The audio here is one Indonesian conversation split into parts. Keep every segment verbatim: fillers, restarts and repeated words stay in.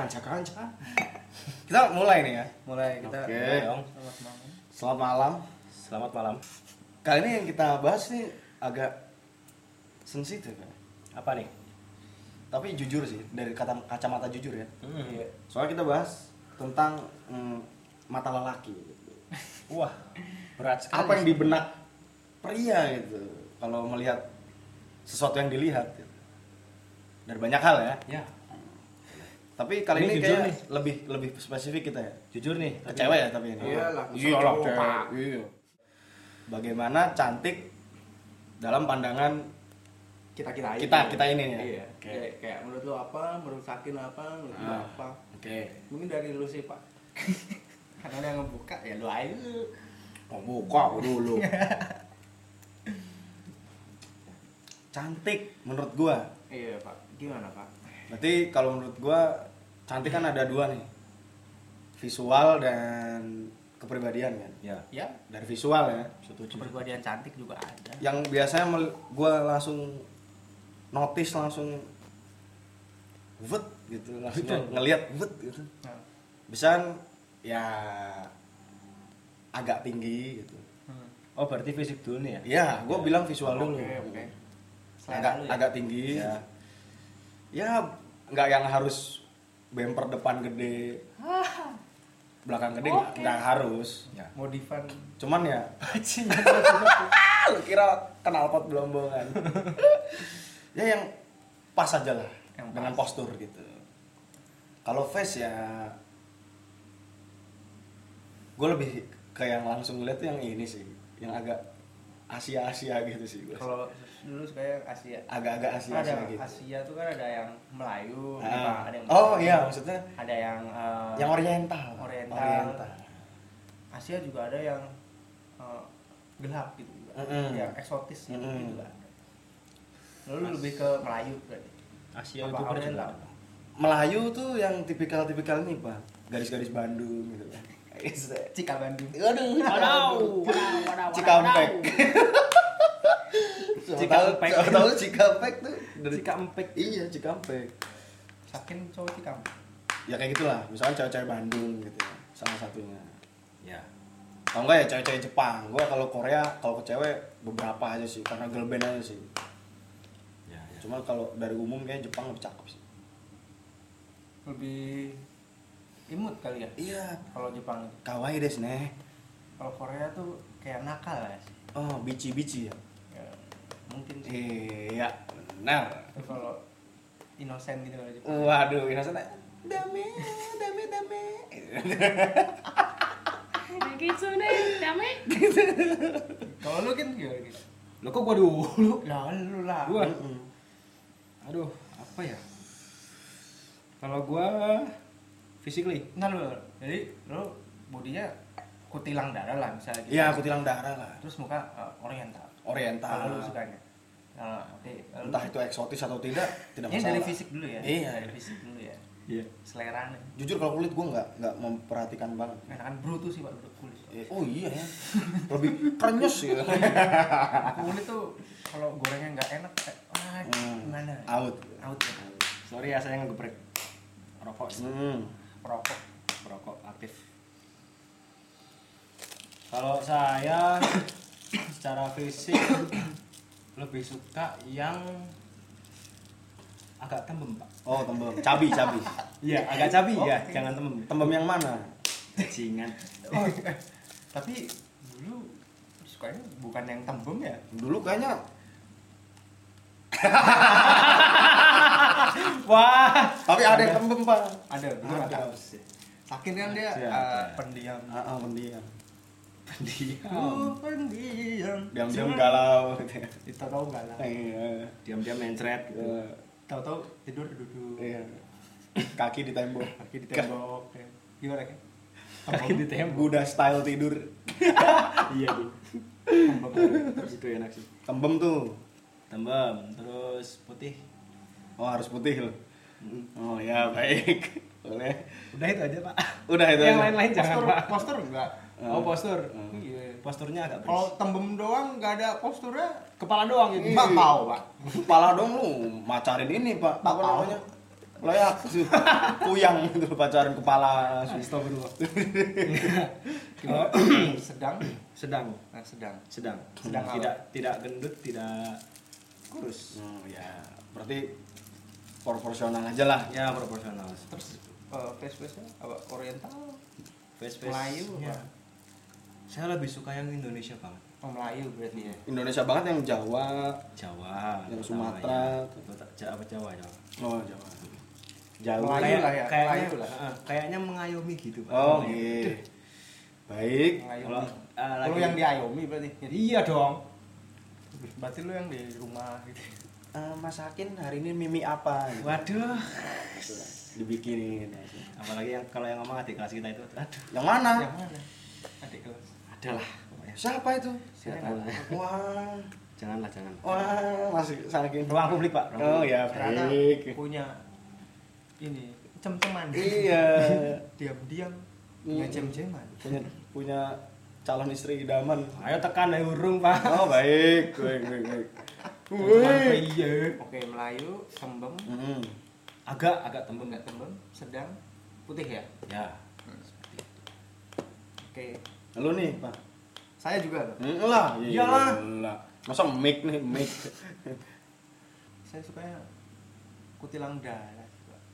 kanca-kanca. Kita mulai nih ya. Mulai kita Oke. mulai dong. Selamat malam. Selamat malam. Selamat malam. Kali ini yang kita bahas nih agak sensitif ya. Apa nih? Tapi jujur sih, dari kata kacamata jujur ya. Hmm. Iya. Soalnya kita bahas tentang mm, mata lelaki. Wah, berat sekali. Apa yang di benak pria gitu kalau melihat sesuatu yang dilihat gitu. Dari banyak hal ya. Ya, Tapi kali Ini ini, jujur kayak nih. lebih lebih spesifik kita ya. jujur nih. Ke cewek ya tapi ini. Iyalah, Iya lah, cowok, cewek. Pak. Iya. Bagaimana cantik dalam pandangan kita-kita kita kita ini ya. Iya. Oke. Kayak, kayak menurut lu apa, menurut Sakin apa, menurut lu Ah. apa. Oke. Mungkin dari lu sih, Pak. Karena dia yang ngebuka ya lu aja lu. Oh, buka aku dulu. Cantik menurut gua. Iya, Pak. Gimana, Pak? Berarti kalau menurut gua cantik kan ada dua nih. Visual dan kepribadian kan. Ya, Ya, Dari visual ya. setuju. kepribadian cantik juga ada. Yang biasanya mel- gua langsung notice langsung vet gitu, langsung Betul. ngelihat vet gitu. Nah. Bisa ya agak tinggi gitu. Hmm. Oh, berarti fisik dulu nih ya? Ya, gua bilang visual dulu. Oke, oke. Selera Agak lu ya? agak tinggi. Ya. Ya, nggak yang harus bumper depan gede, belakang gede nggak Oke. nggak harus. Ya. Modifan. Cuman ya, lu kira knalpot belombongan. Ya yang pas aja lah, Yang dengan pas. postur gitu. Kalau face ya, gue lebih ke yang langsung lihat tuh yang ini sih, yang agak Asia-Asia gitu sih gue. Kalau dulu kayak Asia. Agak-agak Asia-Asia Ada gitu. Asia tuh kan ada yang Melayu, Ah. Jepang, ada yang Oh Melayu, iya, maksudnya ada yang eh, yang oriental. Oriental. Asia juga ada yang eh, gelap gitu juga, Mm-mm. yang eksotis gitu Mm-mm. juga ada. Lalu lebih ke Melayu berarti. Asia Apa YouTuber juga. Oriental? Melayu tuh yang tipikal-tipikal ini pak, garis-garis Bandung gitu kan. Cika Bandung. Aduh, Wadaw, wadaw, wadaw, Cikampek. Cikampek. Tahu tahu Cikampek tuh dari Cikampek. Iya, Cikampek. Saking cowok Cikampek. Ya kayak gitulah, misalnya cewek-cewek Bandung gitu ya, salah satunya. Ya. Kalau enggak ya cewek-cewek Jepang. Gua kalau Korea, kalau ke cewek beberapa aja sih, karena girl band aja sih. Ya, ya. Cuma kalau dari umum kayak Jepang lebih cakep sih. Lebih imut kali ya Iya, kalau Jepang itu. kawaii desu ne. Kalau Korea tuh kayak nakal ya sih. Oh, bici-bici ya. Ya, mungkin sih. Iya, benar. Tapi kalau inosen gitu kalau Jepang. Waduh, ini rasanya dame, dame, dame. Kitsune, dame. Kalau lu kan gimana gitu? Lo kok gua dulu? Lah lu lah. Gua. Mm-mm. Aduh, apa ya? Kalau gua physically. Nah lu, jadi lu bodinya kutilang darah lah misalnya gitu. Iya, aku tilang darah lah. Terus muka uh, oriental. Oriental. Kalau lu sukanya. Nah, oke. Kalau Entah lu- itu eksotis atau tidak, tidak Ini masalah. dari fisik dulu ya. Iya. Dari fisik dulu ya. Iya. Selera nih. Jujur kalau kulit gue nggak nggak memperhatikan banget. Enakan brutus sih Pak dulu kulit. Eh, oh iya ya, lebih krenyes ya. Kulit tuh kalau gorengnya nggak enak kayak ah, Hmm. gimana? Out. Out ya. Sorry ya saya ngegeprek rokok. Hmm. Perokok. Merokok aktif. Kalau saya secara fisik lebih suka yang agak tembem, Pak. Oh tembem, cabi cabi. Iya, agak cabi ya, Oke. jangan tembem. Tembem yang mana? Bajingan. Oh, eh, tapi dulu sukanya bukan yang tembem ya? Dulu kayaknya Wah, tapi ada yang tembem pak. Ada, dulu Ada. ada. Saking kan dia Ada. eh, pendiam. Ah, ah, pendiam. pendiam. Oh, pendiam. Diam-diam galau. Itu tahu nggak lah? Iya. Diam-diam mencret gitu. Iya. Tahu-tahu tidur duduk. Iya. Kaki di tembok. Kaki di tembok. ya. Gimana kan? Kaki di tembok. Buddha style tidur. Iya, Bu. Tembok. Itu enak sih. Tembem tuh. Tembem, terus putih. Oh harus putih loh. Oh ya baik. Boleh. Udah itu aja, Pak. Udah itu. Yang aja. lain-lain jangan, Postur, Pak. postur enggak? Oh, postur. Hmm. Iya. Posturnya agak Kalau beris. tembem doang nggak ada posturnya, Kepala doang gitu. bakau pak. Kepala dong lu macarin ini pak. Apa Bakau. namanya? Layak sih. Kuyang gitu pacaran kepala. Astagfirullah. Gimana? sedang Sedang, nah, sedang sedang, Sedang apa? tidak tidak gendut, tidak kurus. Hmm, ya, berarti proporsional aja lah. Ya proporsional. terus uh, face face nya apa oriental Face Melayu ya. apa? Saya lebih suka yang Indonesia banget. Oh, Melayu berarti ya. Indonesia banget yang Jawa, Jawa, Yang terutama Sumatera. ya. Ja- apa Jawa, Jawa. oh Jawa. Jawa. Melayu Kayak- lah ya, kayaknya, Melayu lah. eh, kayaknya mengayomi gitu, Pak. Oh, Namanya. iya. Baik. Melayu. Kalau eh, Lu lagi- yang diayomi berarti. Iya dong. Berarti lu yang di rumah gitu. Eh, masakin hari ini mimi apa? Gitu. Waduh. Dibikinin. Apalagi yang kalau yang ngomong adik kelas kita itu, aduh. Yang mana? Yang mana? Adik kelas. Adalah pokoknya. Siapa itu? Saya tahu. Wah, Janganlah, jangan. wah, masih saking. Ruang publik, Pak. Ruang Oh publik. ya, Ternyata baik. punya ini cem-ceman. Iya. Diam-diam Hmm. punya cem-ceman. Punya punya calon istri idaman. Ayo tekan ayo urung, Pak. Oh, baik. Baik, baik, baik. Teman Wih. iya. Oke, Melayu, tembem, Hmm. Agak agak tembem enggak tembem, sedang, putih ya. ya. Oke. Lu nih, Pak. Saya juga loh. Hmm, lah, Iyalah. iyalah. Masa mic nih, mic. Saya sukanya kutilang darat.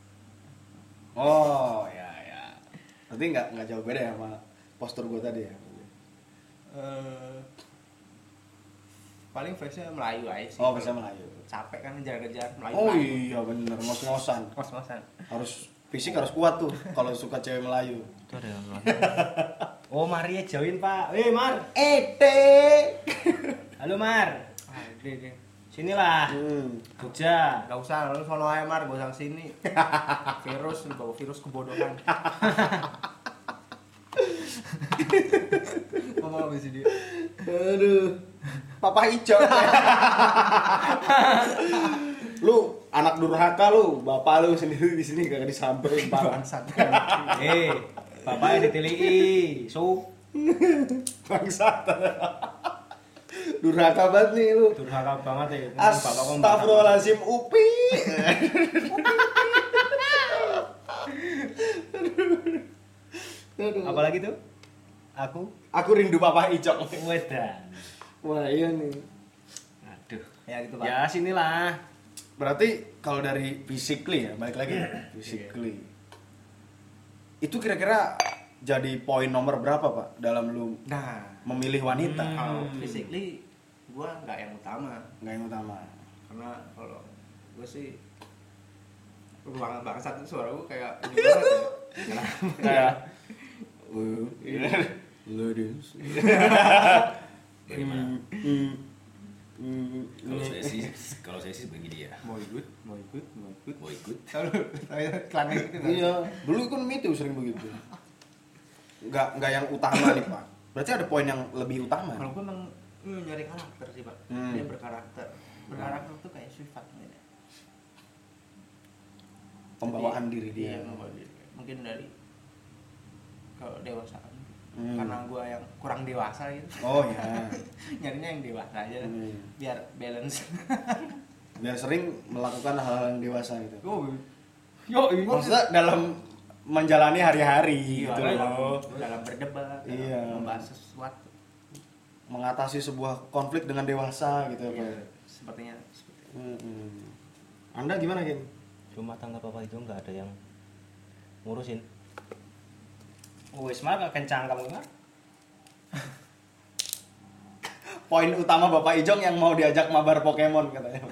Oh, ya ya. Berarti nggak nggak jauh beda ya sama postur gue tadi ya. Eh, paling face-nya Melayu aja sih. Oh, bisa Melayu. Capek kan ngejar-ngejar Melayu. Oh Melayu. iya bener, ngos-ngosan. Kos-kosan. Harus fisik harus kuat tuh kalau suka cewek Melayu. Itu ada yang Oh, Maria join, Pak. Eh, Mar. Ete. Halo, Mar. Ah, deh deh. Sinilah. Hmm. Jogja. Gak usah, lu sono aja Mar, gak usah kesini. Virus, lu bawa virus kebodohan. Ngomong apa sih dia? Aduh. Papa hijau. Lu anak durhaka lu, bapak lu sendiri di sini gak disamperin Bangsat. Eh, bapaknya ditilii. So, Bangsat. Durhaka banget nih lu. durhaka banget ya. Bapak kok mbak- Astagfirullahaladzim Upi. Aduh. Apalagi tuh? Aku Aku rindu Papa Icok. wedan. Wah iya nih. Aduh. Ya gitu, Pak. Ya sinilah. Berarti kalau dari physically ya, balik lagi ya, physically. Itu kira-kira jadi poin nomor berapa Pak dalam lu Nah, memilih wanita? Hmm. kalau physically gua nggak yang utama. Nggak yang utama. Karena kalau gua sih ruangan bangsat itu suara gua kayak ini banget ya. Kayak uh, ladies. Hmm, hmm, hmm, Kalau saya sih, kalau saya sih begini ya. Mau ikut, mau ikut, mau ikut. Mau ikut? Tahu lu, tahu iklannya gitu kan? Iya, dulu kan itu sering begitu. Nggak nggak yang utama nih Pak. Berarti ada poin yang lebih utama. Kalau gua emang uh, nyari karakter sih, Pak. Hmm. Dia berkarakter. Berkarakter tuh kayak sifat gitu. Pembawaan Jadi, diri dia. iya, membawa diri. Mungkin dari kedewasaan. Hmm. Karena gua yang kurang dewasa gitu. Oh ya. Nyarinya yang dewasa aja Hmm. biar balance. Biar sering melakukan hal-hal yang dewasa gitu. Oh, Yo, Maksudnya dalam menjalani hari-hari iya, gitu dalam, loh. dalam berdebat, dalam Iya. membahas sesuatu. Mengatasi sebuah konflik dengan dewasa gitu apa. Iya, sepertinya seperti itu. Hmm. Anda gimana Kim? Rumah tangga papa itu nggak ada yang ngurusin. wis Mar kencang kamu, Mar. Poin utama Bapak Ijong yang mau diajak mabar Pokemon katanya.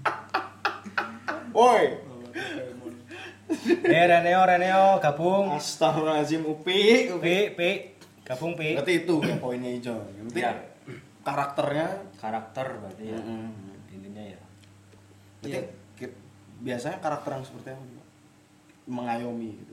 Woi, Eh, Reneo, Reneo, gabung. astagfirullahaladzim Upi. Pi, Pi, gabung Pi. Berarti itu yang poinnya Ijong. Yang penting Ya. karakternya. Karakter berarti ya. Mm-mm. Intinya ya. Berarti Iya. ki- biasanya karakter yang seperti apa? Pak? Mengayomi gitu.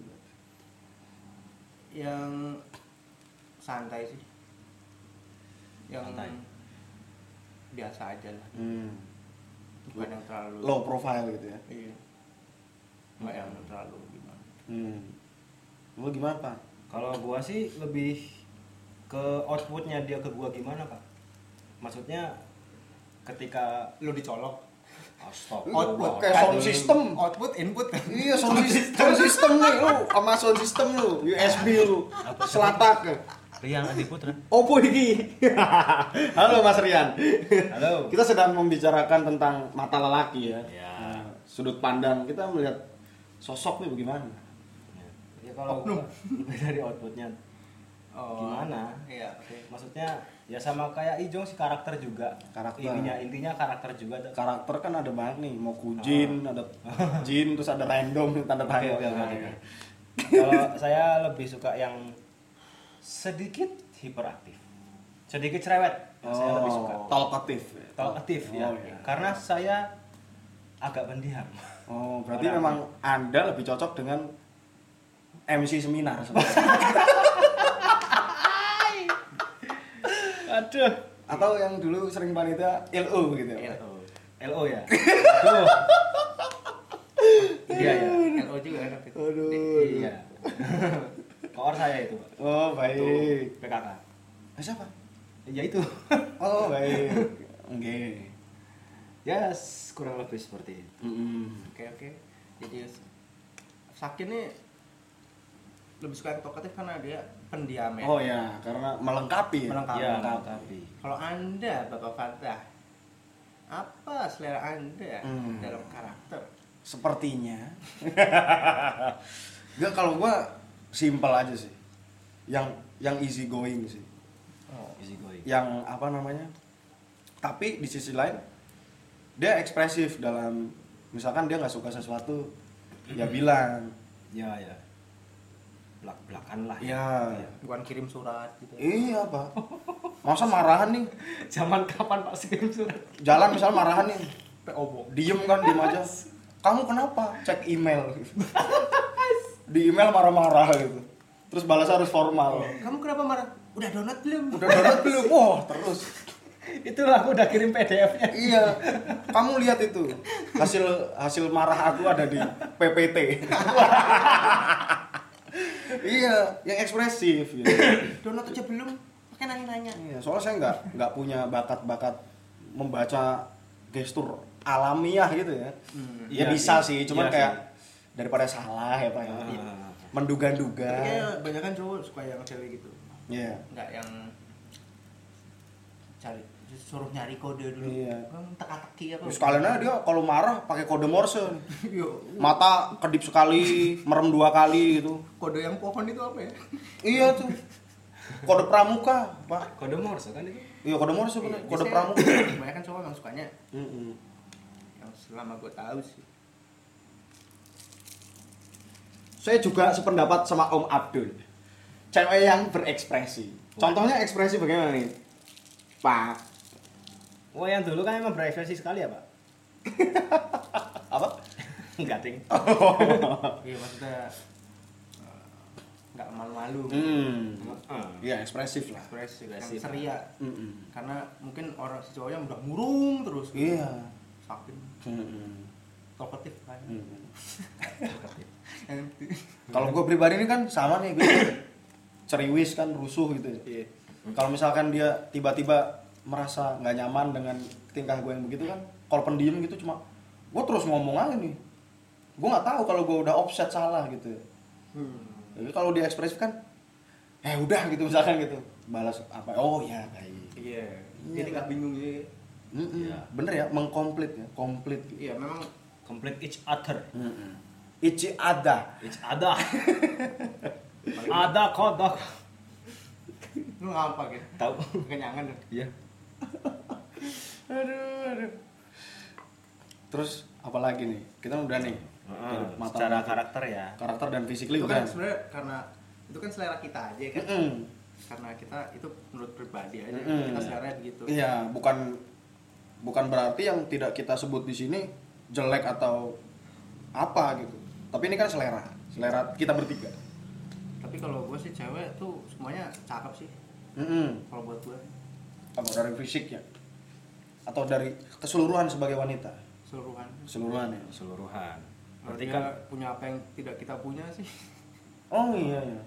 Yang santai sih. Yang Santai. biasa aja lah. Hmm. Bukan yang terlalu Low profile gitu ya. Iya. Nggak yang terlalu gimana. Hmm. Lu gimana Pak? Kalau gua sih lebih ke outputnya dia ke gua gimana, Pak? Maksudnya ketika Lu dicolok. output kayak sound system. output input kan. Iya, sound system, sound system nih lu, sama sound system lu, U S B lu, selatak. Rian Adi Putra. Opo iki? Halo Mas Rian. Halo. Kita sedang membicarakan tentang mata lelaki ya. Ya. Nah, sudut pandang kita melihat sosok nih bagaimana? Ya kalau Oknum. gua- dari outputnya Oh. gimana? Iya, oke. Maksudnya ya sama kayak Ijong sih karakter juga. Karakter. Intinya intinya karakter juga. tuh. Karakter kan ada banyak nih, mau kujin, ada jin, terus ada random tanda Oke, tanya. oke, oke, oke. Kalau saya lebih suka yang sedikit hiperaktif, sedikit cerewet. Yang saya lebih suka. talkatif. Talkatif ya. Oh, iya. Karena saya agak pendiam. Oh, berarti Orang. memang Anda lebih cocok dengan M C seminar sebenarnya. Aduh. Atau yang dulu sering panitia L O gitu ya. L O. L O ya. Aduh. Iya ya. L O juga enak itu. Aduh. Iya. Koor saya itu, Pak. Oh, baik. P K K. Eh, siapa? Ya itu. Oh, baik. Oke. Ya, s- kurang lebih seperti itu. Mm-mm. Oke, oke. Jadi Sakin nih lebih suka yang talkatif karena dia pendiam ya. Oh ya, karena melengkapi ya. Melengkapi. Ya, melengkapi. Kalau Anda, Bapak Fatah, apa selera Anda Hmm. dalam karakter? Sepertinya. Enggak, kalau gua simple aja sih. Yang yang easy going sih. Oh. Easy going. Yang apa namanya? Tapi di sisi lain dia ekspresif dalam misalkan dia nggak suka sesuatu ya bilang. Ya, ya. Belak-belakan lah. Ya. Iya. Bukan kirim surat gitu. Iya, Pak. Masa marahan nih? Zaman kapan Pak kirim surat? Jalan misal marahan nih. P O Box. Diem kan, diem aja. Kamu kenapa? Cek email. Di email marah-marah gitu. Terus balas harus formal. Kamu kenapa marah? Udah download belum? Udah download belum? Wah, terus. Itulah aku udah kirim P D F-nya. Iya. Kamu lihat itu. Hasil hasil marah aku ada di P P T. Iya, yang ekspresif gitu. Download aja belum? Pakai nanya-nanya. Iya, soalnya saya nggak nggak punya bakat-bakat membaca gestur alamiah gitu ya. Hmm. Ya Iya bisa sih, sih, cuman iya kayak sih. daripada salah ya Pak ya. Ah. Menduga-duga. Tapi kayaknya banyak kan cowok suka yang cewek gitu. Iya. Nggak yang cari suruh nyari kode dulu. Iya. Kan teka-teki apa? Terus kalian aja dia kalau marah pakai kode Morse. Yo, Mata kedip sekali, merem dua kali gitu. kode yang pohon itu apa ya? Iya tuh. Kode pramuka, Pak. Kode Morse kan itu? Iya, kode Morse bener. Iya, Kode biasanya pramuka. Kebanyakan cowok emang sukanya Mm-mm. yang selama gue tahu sih. Saya juga sependapat sama Om Abdul. Cewek yang berekspresi. Contohnya ekspresi bagaimana nih? Pak. Oh, yang dulu kan emang berekspresi sekali ya, Pak? Apa? Enggak, Ding. Iya, maksudnya eh, nggak malu-malu. Hmm. Heeh. Iya, ekspresif lah. Ekspresif, yang Ekspresif. ceria. Mm-mm. Karena mungkin orang si cowoknya udah murung terus. Iya. Saking Mm-mm. talkatif kan. Mm-mm. Yang- Kalau gue pribadi ini kan sama nih, gue ceriwis kan, rusuh gitu ya. Iya. Kalau misalkan dia tiba-tiba merasa nggak nyaman dengan tingkah gue yang begitu kan, kalau pendiam gitu cuma gue terus ngomong aja nih, gue nggak tahu kalau gue udah offset salah gitu. Hmm. Jadi kalau dia ekspresif kan, eh udah gitu misalkan gitu, balas apa? Oh ya baik. Iya. Iya, Jadi nggak Pak. bingung ya. Mm-mm. Iya. Bener ya, mengkomplit ya, komplit. Iya, memang Complete each other. Mm-mm. Ichi ada. Each other. Ada kodok. lu ngapa gitu? Tahu? Kenyangan lu. Iya. Aduh, aduh. Terus apa lagi nih? Kita udah nih. Heeh, Dari mata- secara karakter ya. karakter dan fisik Itu kan udah. sebenarnya karena itu kan selera kita aja kan. Mm-mm. Karena kita itu menurut pribadi aja. Mm-mm. Kita selera begitu. Iya, bukan bukan berarti yang tidak kita sebut di sini jelek atau apa gitu. Tapi ini kan selera, selera kita bertiga. Tapi kalau gue sih cewek tuh semuanya cakep sih. Mm-mm. Kalau buat gue Apa dari fisiknya? Atau dari keseluruhan sebagai wanita? keseluruhan. Keseluruhan ya. Keseluruhan. Berarti Berarti kan punya apa yang tidak kita punya sih. Oh iya iya.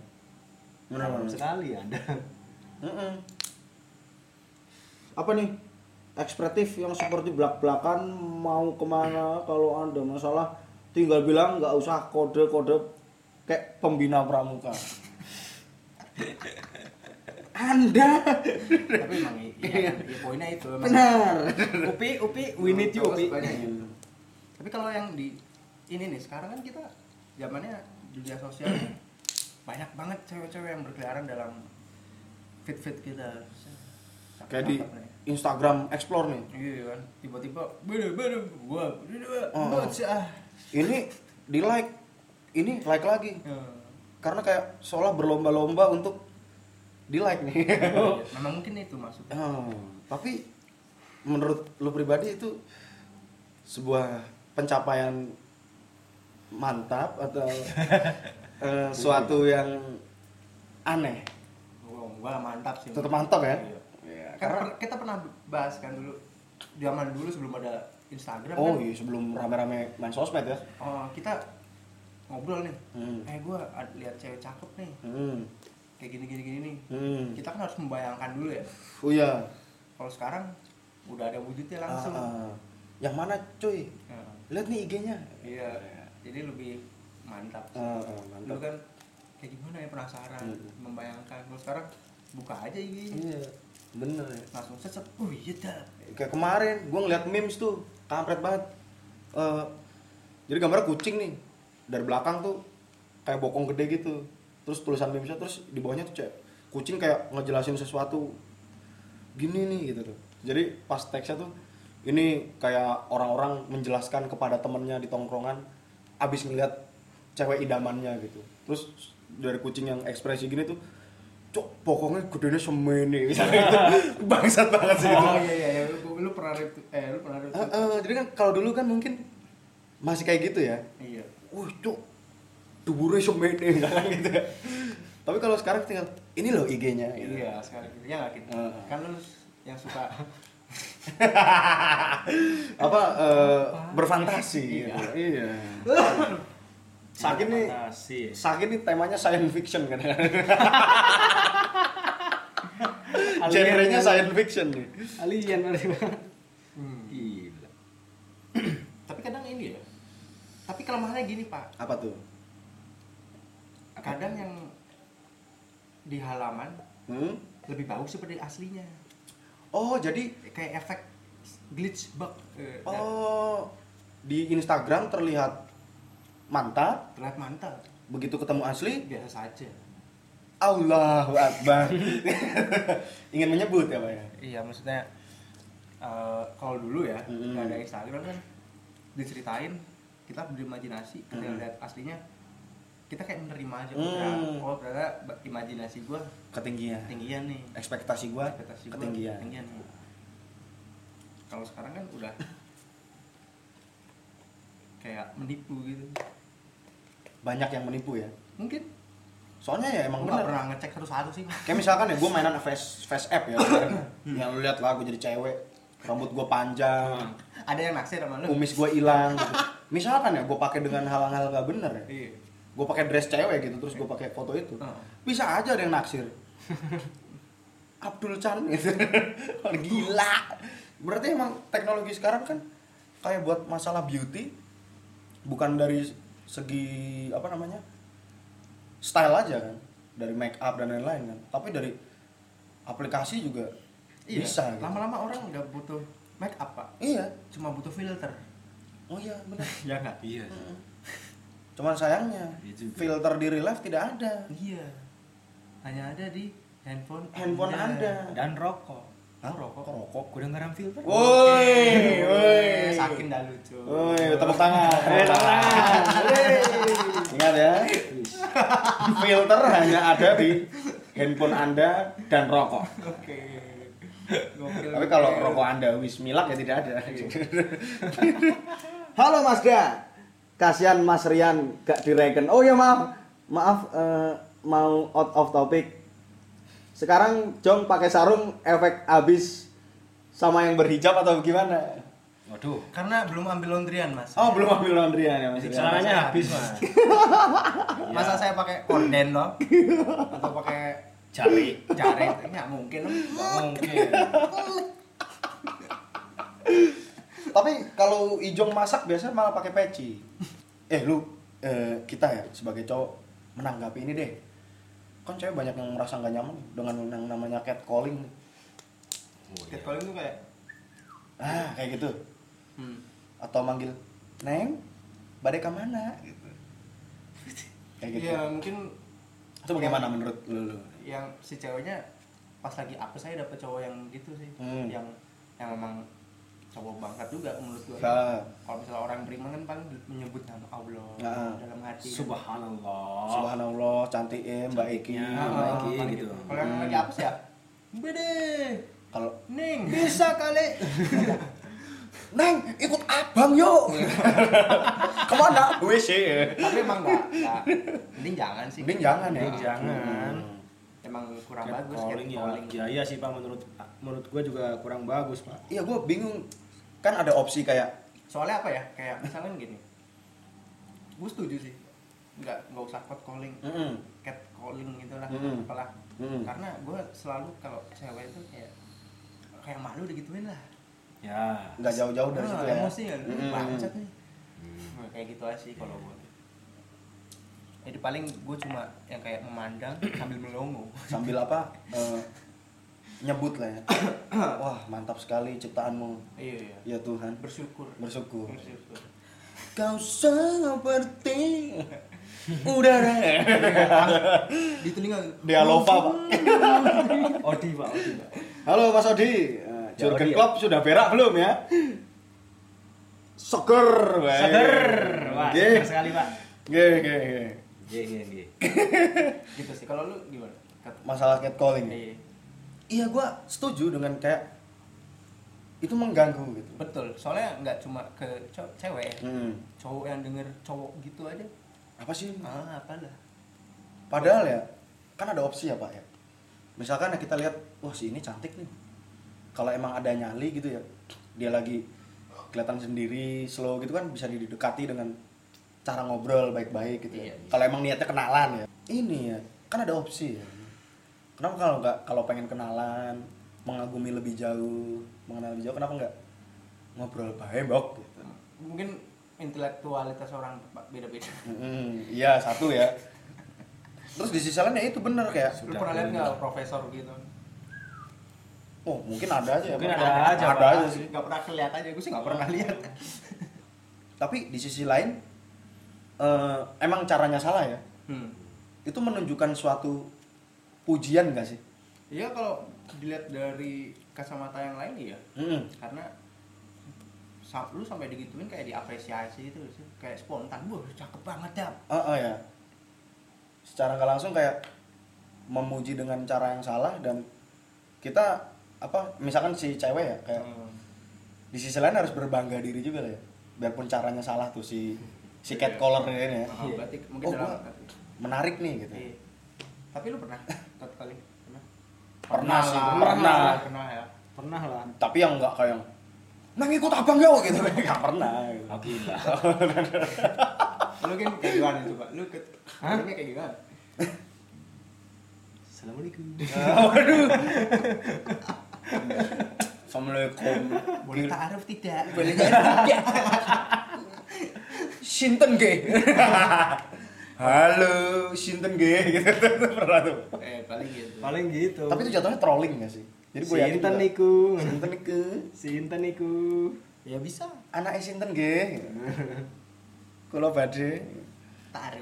Benar dalam benar. sekali Anda. Mm-mm. Apa nih? ekspresif yang seperti belak-belakan mau kemana kalau Anda masalah tinggal bilang nggak usah kode-kode kayak pembina pramuka. Anda Tapi emang iya, iya poinnya itu emang. benar. Upi, Upi, we need you, Upi. Banyak gitu. Tapi kalau yang di ini nih sekarang kan kita zamannya dunia sosial banyak banget cewek-cewek yang berkeliaran dalam feed-feed kita. Kayak di Instagram Explore nih. Iya kan, tiba-tiba beda-beda gua, beda-beda. Oh. Ah. Ini di like, ini like lagi. Karena kayak seolah berlomba-lomba untuk di like nih. Iya, memang mungkin itu maksudnya. Oh, tapi menurut lu pribadi itu sebuah pencapaian mantap atau eh, suatu yang aneh? Gua, gua mantap sih. Tetap mantap ya? Iya. Iya, Kan karena per- kita pernah bahas kan dulu zaman dulu sebelum ada Instagram oh kan. iya sebelum rame-rame main sosmed ya. Oh, kita ngobrol nih. Hmm. Eh gua ad- lihat cewek cakep nih. Hmm. Kayak gini-gini gini nih. Hmm. Kita kan harus membayangkan dulu ya. Oh iya. Kalau sekarang udah ada wujudnya langsung. Ah, ah. Yang mana cuy? Ya. Lihat nih I G-nya. Iya. Jadi lebih mantap. Ah, ah, Dulu mantap. kan kayak gimana ya penasaran, Hmm. membayangkan. Kalau sekarang buka aja I G-nya. Iya. Bener ya. Langsung set oh iya dah. Kayak kemarin gue ngeliat memes tuh kampret banget. Eh, jadi gambarnya kucing nih dari belakang tuh kayak bokong gede gitu. Terus tulisan memesnya terus di bawahnya tuh kayak kucing kayak ngejelasin sesuatu gini nih gitu tuh. Jadi pas teksnya tuh ini kayak orang-orang menjelaskan kepada temennya di tongkrongan abis ngeliat cewek idamannya gitu. Terus dari kucing yang ekspresi gini tuh cok pokoknya gedenya semene misalnya gitu. Bangsat banget sih gitu. Oh iya iya, iya. Lu, lu pernah retweet, eh lu pernah retweet. Eh, eh, jadi kan kalau dulu kan mungkin masih kayak gitu ya. Iya. Wah, cuk. Duburnya semene misalkan gitu ya. Tapi kalau sekarang tinggal ini loh I G-nya gitu. Iya, sekarang gitu ya nggak gitu. Heeh. Kan lu yang suka Apa eh, berfantasi gitu. Iya. Saking nih, Fantasi. saking nih temanya science fiction kan. Alien. Genrenya science fiction nih. Alien berarti. hmm. Gila. Tapi kadang ini ya. Tapi kelemahannya gini, Pak. Apa tuh? Kadang yang di halaman Hmm? lebih bagus seperti aslinya. Oh, jadi Kayak efek glitch bug. Eh, oh di Instagram terlihat mantap, terlihat mantap. begitu ketemu asli Biasa saja. Allahu Akbar. Ingin menyebut ya, Pak ya? Iya, maksudnya eh, kalau dulu ya Hmm. nggak ada Instagram kan diceritain kita berimajinasi ketika Hmm. lihat aslinya kita kayak menerima aja. Hmm. Ternyata, oh ternyata ba- imajinasi gua Ketinggian. ketinggian nih. Ekspektasi gua Ekspektasi gua ketinggian. ketinggian nih. Kalau sekarang kan udah kayak menipu gitu. Banyak yang menipu ya. Mungkin Soalnya ya emang gua nggak bener. pernah ngecek satu-satu sih. Kayak misalkan ya gue mainan face face app ya kemarin. Yang lu lihat lah gue jadi cewek, rambut gue panjang, Ada yang naksir sama lu? kumis gue hilang. Gitu. Misalkan ya gue pakai dengan hal-hal gak bener ya. Iya. Gue pakai dress cewek gitu terus gue pakai foto itu. Oh. Bisa aja ada yang naksir. Abdul Chan gitu. Gila. Berarti emang teknologi sekarang kan kayak buat masalah beauty bukan dari segi apa namanya? Style aja kan. Dari make up dan lain-lain kan. Tapi dari aplikasi juga Iya. bisa gitu. Lama-lama orang nggak butuh make up, Pak. Iya. Cuma butuh filter. Oh iya benar. Ya nggak? Iya. Cuman sayangnya Iya juga. filter di real life tidak ada. Iya. Hanya ada di handphone Handphone Anda. Dan rokok. Hah? rokok. Kok rokok? Gue udah garam filter. Woi, woi. Saking dah lucu. Woi, tepuk tangan. Tepuk tangan. Ingat ya. Filter hanya ada di handphone Anda dan rokok. Oke. Gokil. Tapi kalau rokok Anda Wismilak ya tidak ada. Halo Mas Da. Kasihan Mas Rian gak direken. Oh ya maaf. Maaf eh, mau out of topic. Sekarang Jong pakai sarung efek abis sama yang berhijab atau gimana? Waduh. Karena belum ambil laundryan, Mas. Oh, belum ambil laundryan ya Mas. Rian? Celananya habis, Mas. Masa saya pakai korden loh? Atau pakai Jari. jari? Nggak mungkin. Nggak mungkin. Tapi kalau Ijong masak biasanya malah pakai peci. Eh lu eh, kita ya sebagai cowok menanggapi ini deh. Kan cewek banyak yang merasa nggak nyaman dengan yang namanya catcalling. Catcalling tuh kayak Ah, kayak gitu. hmm. Atau manggil, "Neng, badai ke mana?" gitu. Kayak gitu. Iya, mungkin Itu bagaimana menurut lu? lu? yang si ceweknya pas lagi apa saya dapet cowok yang gitu sih. Hmm. Yang yang memang cowok bangkat juga menurut gua. Nah. Kalau misalnya orang beriman kan paling menyebut nama Allah Nah. dalam hati. kan. Subhanallah. Subhanallah, cantik ya Mbak Eki. Cantiknya. Ah, Mbak Eki paling gitu. Kalau yang Hmm. lagi apa sih ya? Bede, Kalau Ning. bisa kali. Neng, ikut abang yuk. Kemana? W C. Tapi emang enggak, enggak. Mending jangan sih. Mending jangan ya. Mending jangan. Hmm. Emang kurang bagus Catcalling ya. catcalling. Ya iya sih Pak, menurut menurut gua juga kurang bagus Pak. Iya, gue bingung. Kan ada opsi kayak Soalnya apa ya? Kayak misalnya gini. Gue setuju sih. Enggak enggak usah catcalling. mm Catcalling gitu lah. Mm-mm. Apalah. Mm. Karena gue selalu kalau cewek itu kayak kayak malu digituin lah. Ya. nggak jauh-jauh dari Ah, situ ya. emosi kan. Mm-mm. Bangsat nih. Nah, kayak gitu aja sih kalau gue. Jadi paling gue cuma yang kayak memandang sambil melongo. Sambil apa? eh, nyebut lah ya. Wah, mantap sekali ciptaanmu. Iya iya. Ya Tuhan, Bersyukur. bersyukur. Bersyukur. Kau seperti udara. Di telinga. Dialova, Pak. Odi Pak, Odi Pak. Halo Mas Odi. Eh, Ya, Jurgen Odi ya. Klopp sudah berak belum ya? Seger, weh. Seger. Wah, Nggih. seger sekali Pak. Nggih, nggih, nggih. Nggih, nggih, nggih. Gitu sih. Kalau lu gimana? Kat- Masalah catcalling. ya? Iya. Iya, gua setuju dengan kayak itu mengganggu gitu. Betul. Soalnya nggak cuma ke cow- cewek, ya. Hmm. Cowok yang denger cowok gitu aja. Apa sih? Ah, apalah. Padahal ya, kan ada opsi ya Pak ya. Misalkan ya kita lihat, wah si ini cantik nih. Kalau emang ada nyali gitu ya, dia lagi kelihatan sendiri, slow gitu kan bisa didekati dengan cara ngobrol baik-baik gitu ya. Iya, iya. Kalau emang niatnya kenalan ya. Ini ya, kan ada opsi ya. Kenapa kalau nggak kalau pengen kenalan, mengagumi lebih jauh, mengenal lebih jauh, kenapa nggak ngobrol baik bok gitu. Mungkin intelektualitas orang Pak, beda-beda. Mm, iya satu ya. Terus di sisi lain ya itu bener kayak Lu pernah lihat nggak profesor gitu? oh mungkin ada aja ya, Mungkin Pak. ada aja, ada Pak. aja sih. Nggak pernah kelihatan aja, gue sih nggak pernah lihat. Tapi di sisi lain eh, emang caranya salah ya. Hmm. Itu menunjukkan suatu pujian gak sih? Iya kalau dilihat dari kacamata yang lain iya. Mm. Karena sa- lu sampai digituin kayak diapresiasi gitu sih, kayak spontan. Wah, cakep banget ya. Ah, ah, ya. Secara nggak langsung kayak memuji dengan cara yang salah dan kita apa misalkan si cewek ya kayak Hmm. di sisi lain harus berbangga diri juga lah ya. Biarpun caranya salah tuh si si catcaller ini ya. Ah, berarti mungkin Oh, dalam gua menarik nih gitu. Iya. Tapi lu pernah satu kali? Pernah? Pernah sih, lah, pernah. Pernah ya. Pernah lah. Tapi yang nggak kayak yang nang ikut abang yo gitu nggak pernah gitu. Oh, gila. Lu kan kayak gimana coba? Lu ke Orangnya kayak gimana? Assalamualaikum. Waduh. Assalamualaikum. Boleh taruh tidak? Boleh tidak. Sinten ge. Halo, sinten ge gitu pernah tuh. Eh, paling gitu. Paling gitu. Tapi itu jatuhnya trolling gak sih? Jadi gue yakin Sinten juga, niku. Sinten niku. Sinten niku. Ya bisa. Anaknya sinten ge. Kula badhe. Taruh.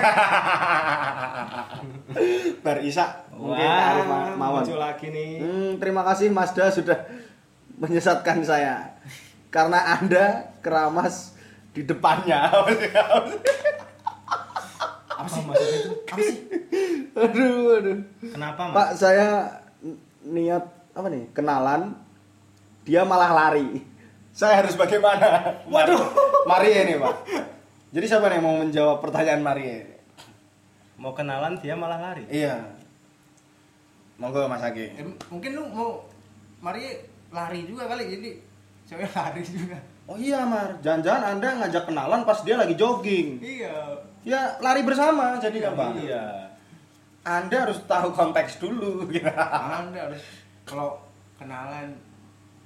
Bar Isa mungkin Wah, arif ma- mawon. muncul lagi nih. Hmm, terima kasih Mazda sudah menyesatkan saya karena Anda keramas di depannya. Apa sih maksudnya itu? Apa sih? aduh, aduh. Kenapa, Mas? Pak, saya n- niat apa nih? Kenalan, dia malah lari. Saya harus bagaimana? Waduh, Maria ini, Pak. Jadi siapa nih yang mau menjawab pertanyaan Maria? Mau kenalan dia malah lari. Iya. Monggo Mas Agi. Eh, mungkin lu mau Mari lari juga kali, jadi cewek lari juga. Oh iya, Mar. Jangan-jangan Anda ngajak kenalan pas dia lagi jogging. Iya. Ya, lari bersama jadi kan, Pak? Iya. Anda harus tahu konteks dulu. Anda harus kalau kenalan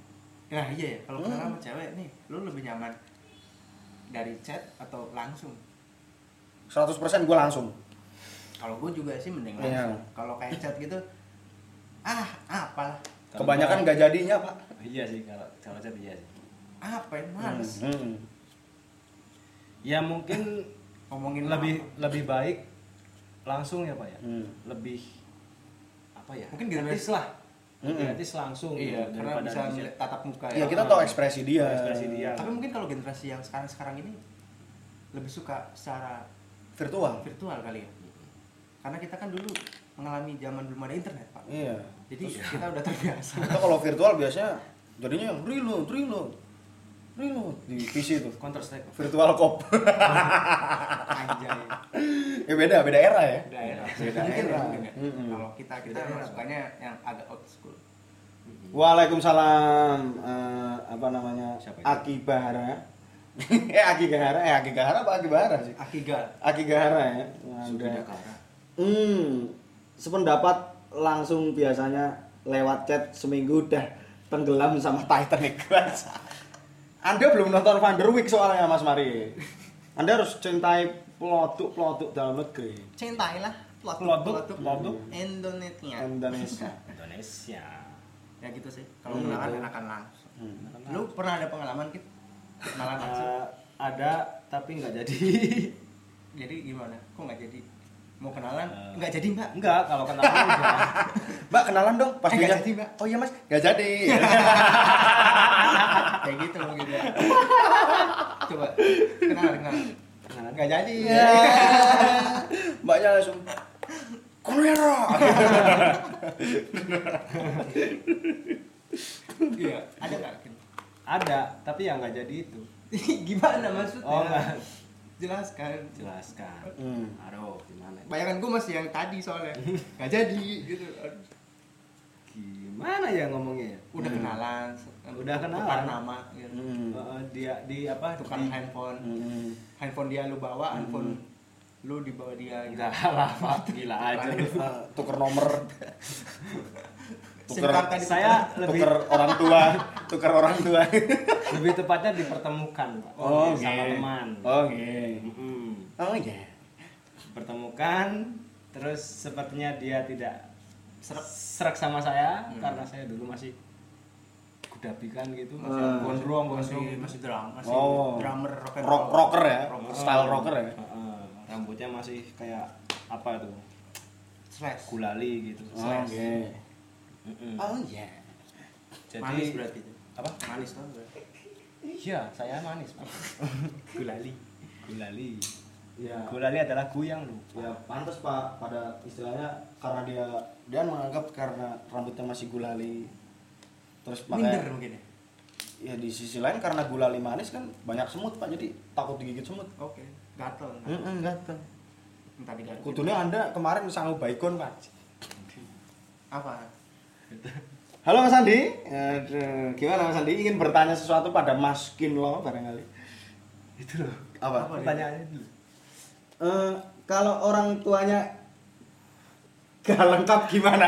Nah iya ya, kalau Hmm. kenalan sama cewek nih, lu lebih nyaman dari chat atau langsung? seratus persen gue langsung. Kalau gue juga sih mending Iya. langsung. Kalau kayak chat gitu, ah apalah, Kebanyakan gak jadinya, Pak. Iya sih kalau kalau chat iya sih. apa ya, males. Hmm. Ya mungkin Ngomongin lebih apa. lebih baik langsung ya Pak ya. Hmm. Lebih apa ya? Mungkin gratis generasi- lah. Mm-mm. Gratis langsung. Iya, gitu, karena daripada bisa di melihat chat. tatap muka Ya ya. kita tahu ekspresi dia. Ekspresi dia. Tapi mungkin kalau generasi yang sekarang-sekarang ini lebih suka secara Virtual. virtual kali ya. Karena kita kan dulu mengalami zaman belum ada internet, Pak. Iya. Jadi kita udah terbiasa. Kita kalau virtual biasanya jadinya yang reload, reload, reload di P C itu. Counter Strike. Virtual cop. Anjay. Ya beda, beda era ya. Daerah. Beda Mungkin ya, era. mungkin ya. Mm-mm. Kalau kita kita Beda era. sukanya yang agak old school. Waalaikumsalam. Eh, apa namanya? Siapa itu? Aki Bahara. eh Aki Gahara, eh Aki Gahara apa Aki Bahara sih? Akiga. Aki Gahara ya. Sudah Ada. Kara. Hmm, sependapat langsung biasanya lewat chat seminggu udah tenggelam sama Titanic. Anda belum nonton Van der Wijk soalnya Mas Mari. Anda harus cintai produk-produk dalam negeri. Cintailah Pelodok, pelodok. Indonesia. Indonesia. Indonesia. Ya gitu sih. Kalau Hmm, kenalan gitu. enakan langsung. Hmm. Lu pernah ada pengalaman Kit? Kenalan langsung? Eh, ada tapi nggak jadi. Jadi gimana? Kok nggak jadi? Mau kenalan? Eh. Nggak jadi Mbak. Enggak, kalau kenalan udah. Mbak kenalan dong pas Eh, dia. nggak jadi, Mbak. Oh iya Mas, nggak jadi. Kayak gitu mungkin ya. Coba kenalan kenalan. Kenalan Nggak jadi. Ya. Mbaknya langsung Kamera. Iya. Ada nggak? Kit? Ada, tapi yang nggak jadi itu. Gimana maksudnya? Oh, nggak. Jelaskan. Jelaskan. Hmm. Aduh, gimana? Bayangan gue masih yang tadi soalnya. Nggak jadi gitu. Aduh. Gimana ya ngomongnya ya? Udah Hmm. kenalan. Udah kenalan. Tukar nama. Gitu. Hmm. Eh, dia di apa? Tukar di, handphone. Hmm. Handphone dia lu bawa, handphone lu dibawa dia. Gitu. Enggak lah, Pak. Gila aja lu. Uh, tuker nomor. SIM Tuker, card tadi Saya lebih tuker orang tua, tuker orang tua. lebih tepatnya dipertemukan, Pak. Oh, sama oke. teman. Oh, iya. Mm-mm. Oh iya. Pertemukan, terus sepertinya dia tidak Serak. serak sama saya Hmm. karena saya dulu masih kudapikan gitu, Masih masih Hmm. gondrong, masih gondrong. masih drum, masih Oh. drummer rock and Rock roll. rocker ya, Rocker. style rocker ya. Heeh, rambutnya masih kayak apa tuh? Slash. Gulali gitu. Oh, oke. Mm-mm. Oh iya. Jadi Manis berarti itu. apa? Manis tuh berarti. Iya, saya manis, Pak. Gulali. Gulali. Ya. Gulali adalah guyang lu. Ya pantas Pak, pada istilahnya karena dia dia menganggap karena rambutnya masih gulali. Terus Minder makanya mungkin ya. ya di sisi lain karena gulali manis kan banyak semut Pak, jadi takut digigit semut. Oke. Gatel. Heeh, gatel. Entah diganti. Kudunya Anda kemarin sanggup baikon Pak. Apa? Halo Mas Andi, Aduh, gimana Mas Andi? Ingin bertanya sesuatu pada Mas Kinlo barangkali? Itu loh. Apa? Apa? Pertanyaannya dulu. Eh, kalau orang tuanya gak lengkap gimana?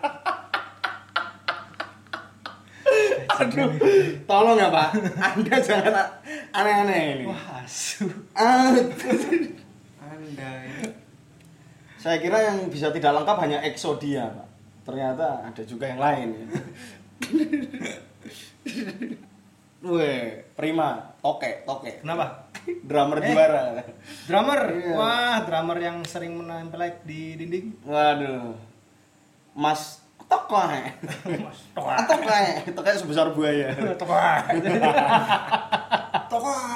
Aduh, tolong ya Pak, Anda jangan a- aneh-aneh ini. Wah, asu. Aduh. Anda ya. Saya kira yang bisa tidak lengkap hanya Exodia Pak. Ternyata ada juga yang lain. Weh, prima, toke, toke. Kenapa? Drummer Eh. juara. Drummer. Iya. Wah, drummer yang sering menempel di dinding. Waduh. Mas tokoe. Mas, toa. Tokoe, tokoe sebesar buaya. Toa. Tokoh.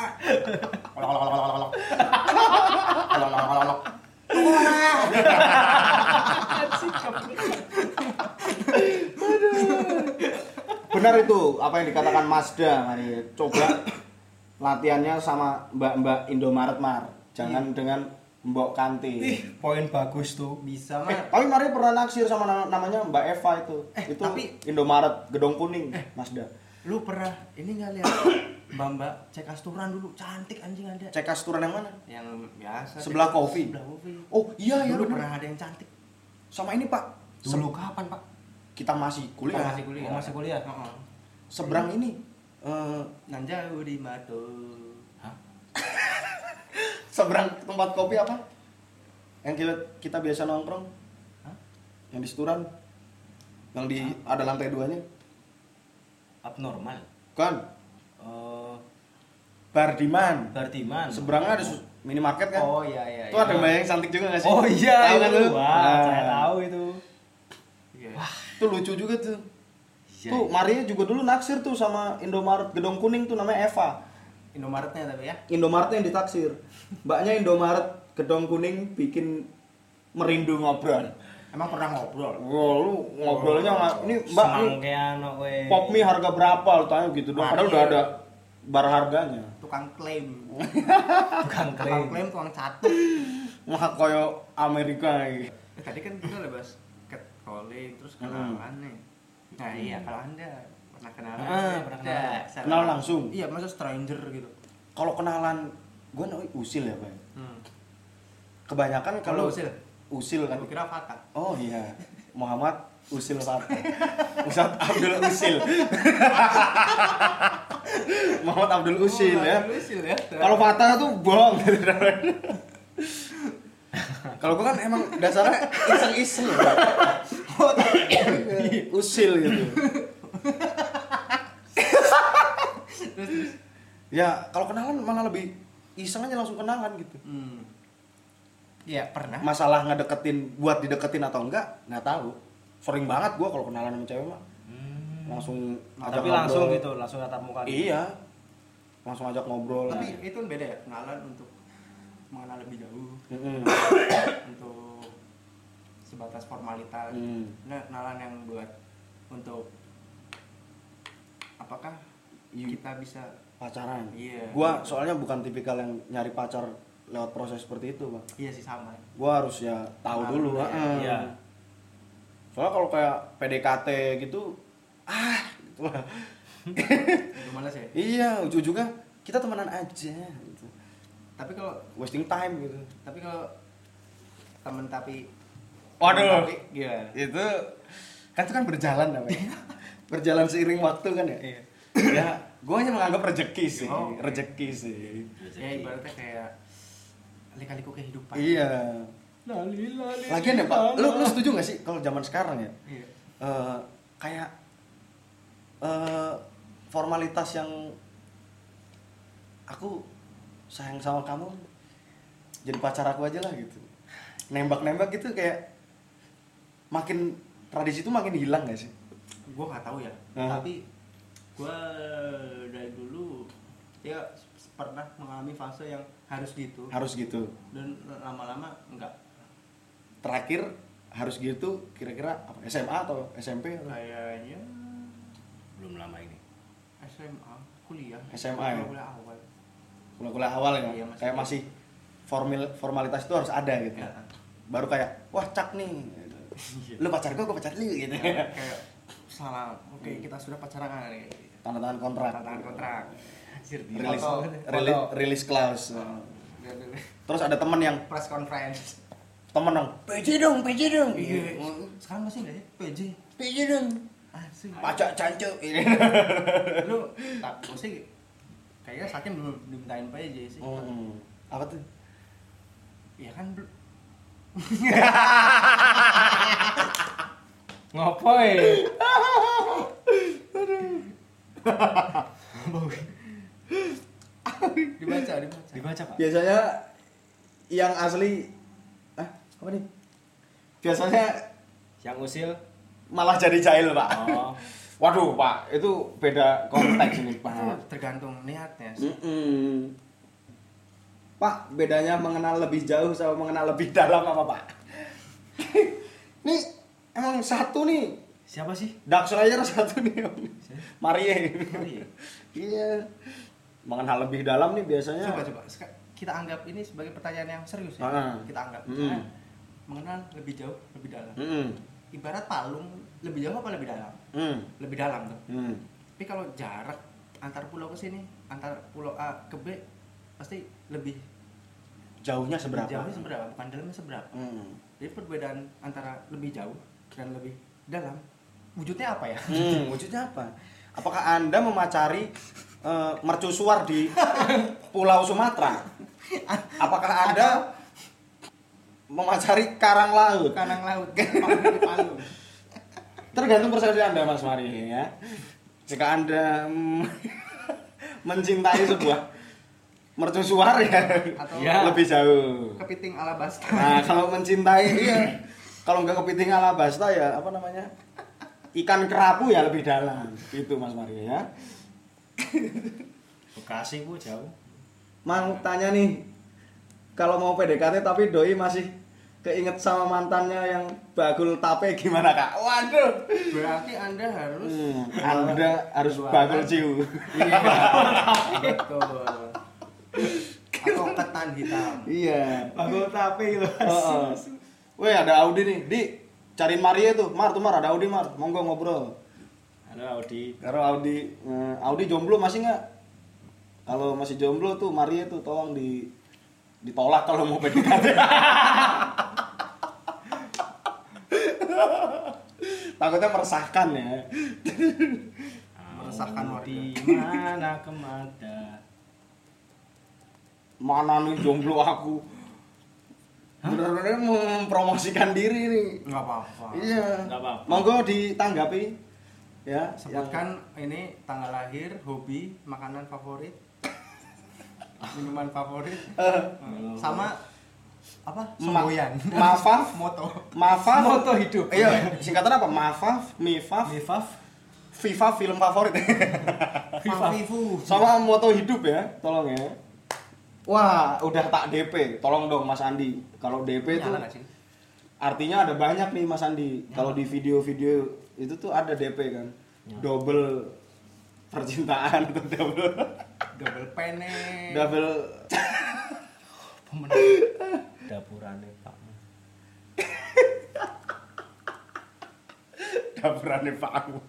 Benar itu apa yang dikatakan Mazda, mari coba latihannya sama mbak-mbak Indomaret Mar. Jangan dengan Mbok Kanti. Ih, poin bagus tuh. Bisa Eh, mah. tapi mari pernah naksir sama na- namanya Mbak Eva itu. Eh, itu tapi- Indomaret Gedong Kuning, Mazda. Lu pernah ini nggak lihat Mbak-mbak cek asturan dulu cantik anjing ada. Cek kasturan yang mana? Yang biasa. Sebelah cek- kopi. Sebelah kopi. Oh iya ya Dulu benar. pernah ada yang cantik. Sama ini Pak. Dulu kapan, Pak? Kita masih kuliah. Oh, masih kuliah. Oh, masih kuliah. Heeh. Seberang ini Eh, Nan jauh di mata. Hah? seberang tempat kopi apa? Yang kita, kita biasa nongkrong? Hah? Yang di Sturan? Yang di ada lantai duanya? Abnormal. Kan? Eh, Bardiman. Bardiman. Seberangnya ada su- minimarket kan? Oh iya iya. Itu ada mbak yang cantik juga gak sih? Oh iya, Tahu kan itu. lu? Wah, Nah, saya tahu itu. Iya. Itu lucu juga tuh. Iya, Tuh iya. Maria juga dulu naksir tuh sama Indomaret Gedong Kuning tuh namanya Eva. Indomaretnya tapi ya. Indomaretnya yang ditaksir. Mbaknya Indomaret Gedong Kuning bikin merindu ngobrol. Emang pernah ngobrol? Wah, lu ngobrolnya nggak ini mbak ini Semangkean kok kowe. pop mie harga berapa lu tanya gitu doang. Padahal udah ada bar harganya. Tukang klaim. Tukang Tukang klaim. klaim, tukang catur. Mah koyo Amerika gitu. Eh, tadi kan kita udah bahas catcalling terus kenalan nih. Nah iya kalau anda pernah kenalan, Ah, sih, pernah udah, kenalan. secara- Kenal langsung? Iya, masa stranger gitu. Kalau kenalan gua namanya Usil ya, Bang. Hmm. Kebanyakan Kalau kalau Usil, Usil kan. aku kira Fata. Oh iya, Muhammad Usil Fatah. Ustaz Abdul Usil. Muhammad Abdul Usil ya. Oh, Usil ya. Kalau Fatah tuh bohong. Kalau gua kan emang dasarnya iseng-iseng. Oh, Usil gitu. terus terus. Ya, kalau kenalan malah lebih iseng aja langsung kenalan gitu. Hmm. Iya, pernah. Masalah ngedeketin buat dideketin atau enggak nggak tahu. Sering banget gua kalau kenalan sama cewek mah Hmm. langsung ajak Tapi langsung ngobrol. gitu, langsung tatap muka gitu. Iya. Langsung ajak ngobrol. Tapi itu kan beda ya, kenalan untuk mengenal lebih jauh, Mm-mm. untuk sebatas formalitas. Mm. Nah, kenalan yang buat untuk apakah Iya. kita bisa Pacaran. Iya. Gua soalnya bukan tipikal yang nyari pacar lewat proses seperti itu, Bang. iya sih sama. Gua harus ya tahu Kenal dulu, dulu ya. heeh. Iya. Soalnya kalau kayak P D K T gitu, ah, gitu lah. Itu malas ya. Iya, ujung-ujungnya kita temenan aja gitu. Tapi kalau Wasting time gitu. tapi kalau temen tapi Waduh. temen tapi gimana? Itu kan itu kan berjalan namanya. Berjalan seiring waktu kan ya. Iya. Ya, gua hanya menganggap rezeki sih, Oh, oke. rezeki sih. Ya ibaratnya kayak lika-liku kehidupan. Iya. Lali lali. Lagian ya, Pak, lu lu setuju gak sih kalau zaman sekarang ya? Iya. Eh, kayak eh, formalitas yang aku sayang sama kamu jadi pacar aku aja lah gitu. Nembak-nembak gitu kayak makin tradisi itu makin hilang gak sih? Gua nggak tahu ya. Nah. Tapi gua dari dulu ya pernah mengalami fase yang harus gitu Harus gitu. dan lama-lama enggak. Terakhir harus gitu kira-kira apa? S M A atau S M P atau Kayaknya Belum lama ini. S M A, kuliah. S M A ya? Kuliah awal. kuliah-kuliah awal ya? Iya, masih- kayak masih formal formalitas itu harus ada gitu. Ya. Baru kayak wah cak nih. Lu pacar gua, gua pacar lu gitu. Kayak kayak salam. Oke, kita sudah pacaran nih. Tanda tangan kontrak. Tanda tangan kontrak. Anjir, di Rilis foto. rilis, Foto. rilis clause. Oh. Terus ada temen yang Press conference. temen dong, P J dong, P J dong. Iya. Sekarang masih enggak sih P J? P J dong. Asik. Pacak cancuk. Lu tak mesti kayaknya saatnya belum dimintain P J sih. Hmm. Apa tuh? Ya kan belum. Ngopoy? Dibaca, dibaca. Dibaca, Pak. Biasanya yang asli ah, apa nih? Biasanya Yang usil. malah jadi jahil, Pak. Oh. Waduh, Pak, itu beda konteks ini, Itu Pak. tergantung niatnya sih. Mm-mm. Pak, bedanya mengenal lebih jauh sama mengenal lebih dalam apa, Pak? Nih, emang satu nih. Siapa sih? Dark Slayer satu nih, Om. Marie. Marie. Iya. Mengenal lebih dalam nih biasanya. Coba coba Seka- kita anggap ini sebagai pertanyaan yang serius ya. Ah. Kita anggap Mm. misalnya mengenal lebih jauh, lebih dalam. Mm-mm. Ibarat palung, lebih jauh apa lebih dalam? Mm. Lebih dalam tuh. Mm. Tapi kalau jarak antar pulau ke sini, antar pulau A ke B pasti lebih Jauhnya seberapa? jauhnya seberapa, bukan dalamnya seberapa. Mm. Jadi perbedaan antara lebih jauh dan lebih dalam wujudnya apa ya? Hmm, wujudnya apa? Apakah Anda memacari uh, mercusuar di Pulau Sumatera? Apakah Anda memacari karang laut? Kanang laut, Palu Palu. Tergantung persepsi Anda, Mas Mari ya. Jika Anda mm, mencintai sebuah mercusuar ya, Atau Ya. lebih jauh. kepiting alabasta. Nah, kalau mencintai iya. Kalau nggak kepiting alabasta ya apa namanya? Ikan kerapu ya lebih dalam. Itu Mas Mari ya. Bekasi bu jauh. Mau tanya nih, kalau mau P D K T tapi doi masih keinget sama mantannya yang bagul tape gimana kak? Waduh. Berarti Anda harus Hmm, anda harus Jualan. bagul ciu. Iya. Betul. Atau ketan hitam. Iya. Bagul tape gitu. Heeh. Weh ada Audi nih, di cariin Maria tuh, Mar tuh Mar ada Audi Mar, monggo ngobrol. Halo Audi. Kalau Audi, eh, Audi jomblo masih nggak? Kalau masih jomblo tuh Maria tuh tolong di ditolak kalau mau P D K T. Takutnya meresahkan ya. Meresahkan warga. Di mana kemada? Mana nih jomblo aku? Bener-bener mau mempromosikan diri nih. Enggak apa-apa. Iya. Nggak apa-apa. Monggo ditanggapi. Ya, Sebutkan ini tanggal lahir, hobi, makanan favorit, minuman favorit, sama apa? Ma- Semboyan. Mafaf, Moto. Mafaf. Moto hidup. Iya, singkatan apa? Mafaf, Mifaf, Mifaf. Viva film favorit. Favivu. Sama moto hidup ya, tolong ya. Wah, udah tak D P. Tolong dong Mas Andi. Kalau D P itu Nyala nggak sih? artinya ada banyak nih Mas Andi. Kalau di video-video itu tuh ada D P kan. Double percintaan atau double Double pene. double Dapurane Pak. dapurannya Pak aku.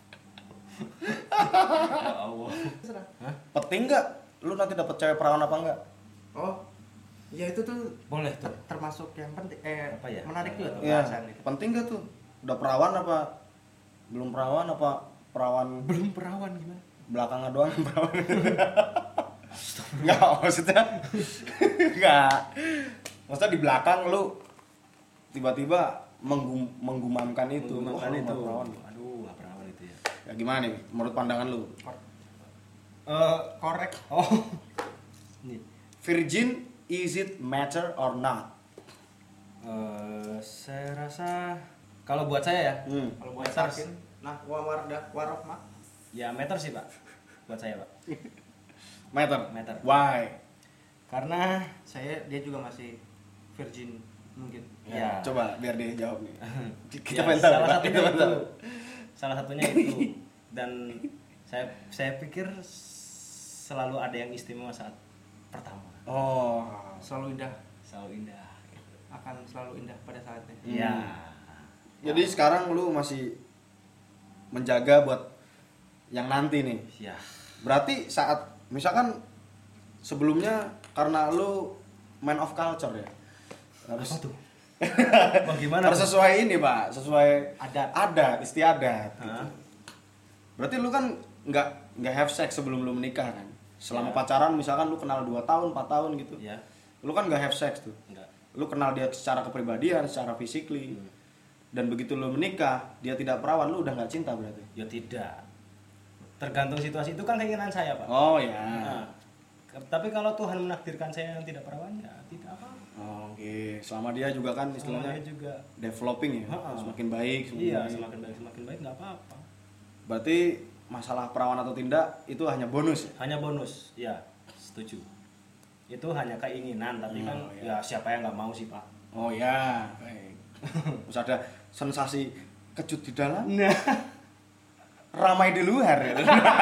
Ya Allah. Penting nggak? Lu nanti dapet cewek perawan apa enggak? Oh. Ya itu tuh Boleh tuh. termasuk yang penting eh Apa ya? menarik juga tuh Iya. bahasan itu. Penting nggak tuh? Udah perawan apa? Belum perawan apa? Perawan Belum perawan gimana? belakangnya doang yang perawan. Enggak, maksudnya enggak. Maksudnya di belakang lu tiba-tiba menggum, menggumamkan itu. Menggunakan Wah, itu. perawan. Aduh, nggak perawan itu ya. Ya gimana nih menurut pandangan lu? Eh, Korek. oh. Nih. Virgin, is it matter or not? Eh, saya rasa kalau buat saya ya, Hmm. Kalau buat Meter. Sarkin, nah wawarda warohmah. ya meter sih pak. Buat saya pak. Matter. Matter. Why? Karena Saya dia juga masih virgin mungkin. Ya. Coba biar dia jawab nih. Kita ya, pengen tahu. salah Pak. satunya Kita pengen itu. tahu. Salah satunya itu. Dan saya saya pikir selalu ada yang istimewa saat pertama. Oh. Selalu indah, Selalu indah. akan selalu indah pada saatnya. Iya. Jadi sekarang lu masih menjaga buat yang nanti nih. Ya. Berarti saat misalkan sebelumnya karena lu man of culture ya. Harus Apa tuh? Bagaimana? harus sesuai ini, Pak, sesuai Adat. adat, istiadat gitu. Hah? Berarti lu kan nggak nggak have sex sebelum lu menikah kan? Selama Ya. pacaran misalkan lu kenal dua tahun, empat tahun gitu. Ya. Lu kan nggak have sex tuh. Enggak. Lu kenal dia secara kepribadian, secara physically. Dan begitu lu menikah, dia tidak perawan, lu udah nggak cinta berarti. Ya tidak. Tergantung situasi itu kan keinginan saya pak. Oh ya. Nah, ke- tapi kalau Tuhan menakdirkan saya yang tidak perawan ya tidak apa. Oh, Oke, selama dia juga kan istilahnya Istilahnya juga. developing ya, Ha-ha. semakin baik, semakin Iya, baik. semakin baik semakin baik nggak apa-apa. Berarti masalah perawan atau tidak itu hanya bonus ya? Hanya bonus, ya setuju. Itu hanya keinginan, tapi Oh, kan iya. ya siapa yang nggak mau sih pak. Oh ya, baik. Terus ada sensasi kejut di dalam, Nah, ramai di luar ya.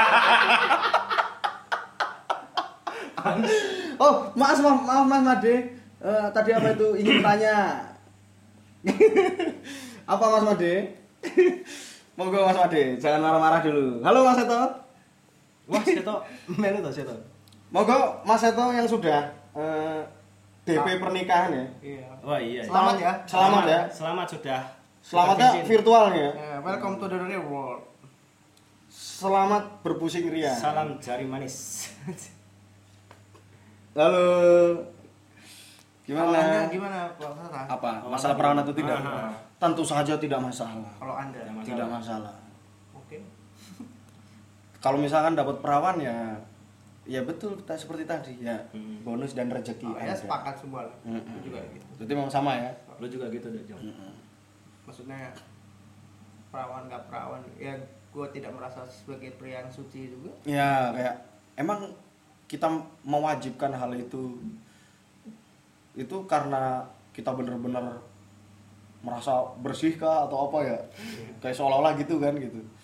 Oh, maaf maaf, maaf Mas Made. Eh, tadi apa itu ingin tanya? Apa Mas Made? Monggo Mas Made, jangan marah-marah dulu. Halo Mas Seto. wah seto, melu tuh seto. Monggo Mas Seto yang sudah eh, D P pernikahan ya. Iya. Wah iya. Selamat ya. Selamat ya. Selamat sudah. Selamatnya Sudah izin. virtualnya ya. Eh, welcome to the real world. Selamat berpusing ria. Salam jari manis. Lalu Kalau Anda gimana? gimana Pak Sarah? Apa? Kalau Masalah tadi- perawan atau tidak? Ah. Tentu saja tidak masalah. Kalau Anda Tidak masalah. Tidak masalah. Oke. Kalau misalkan dapat perawan ya ya betul kita seperti tadi ya Hmm. bonus dan rezeki oh, ya ada. sepakat semua lah. Mm-mm. Aku juga gitu. Berarti memang sama ya. Lu juga gitu deh, Jom. Maksudnya perawan nggak perawan ya gue tidak merasa sebagai pria yang suci juga. Ya kayak emang kita mewajibkan hal itu itu karena kita bener-bener merasa bersih kah atau apa ya kayak seolah-olah gitu kan gitu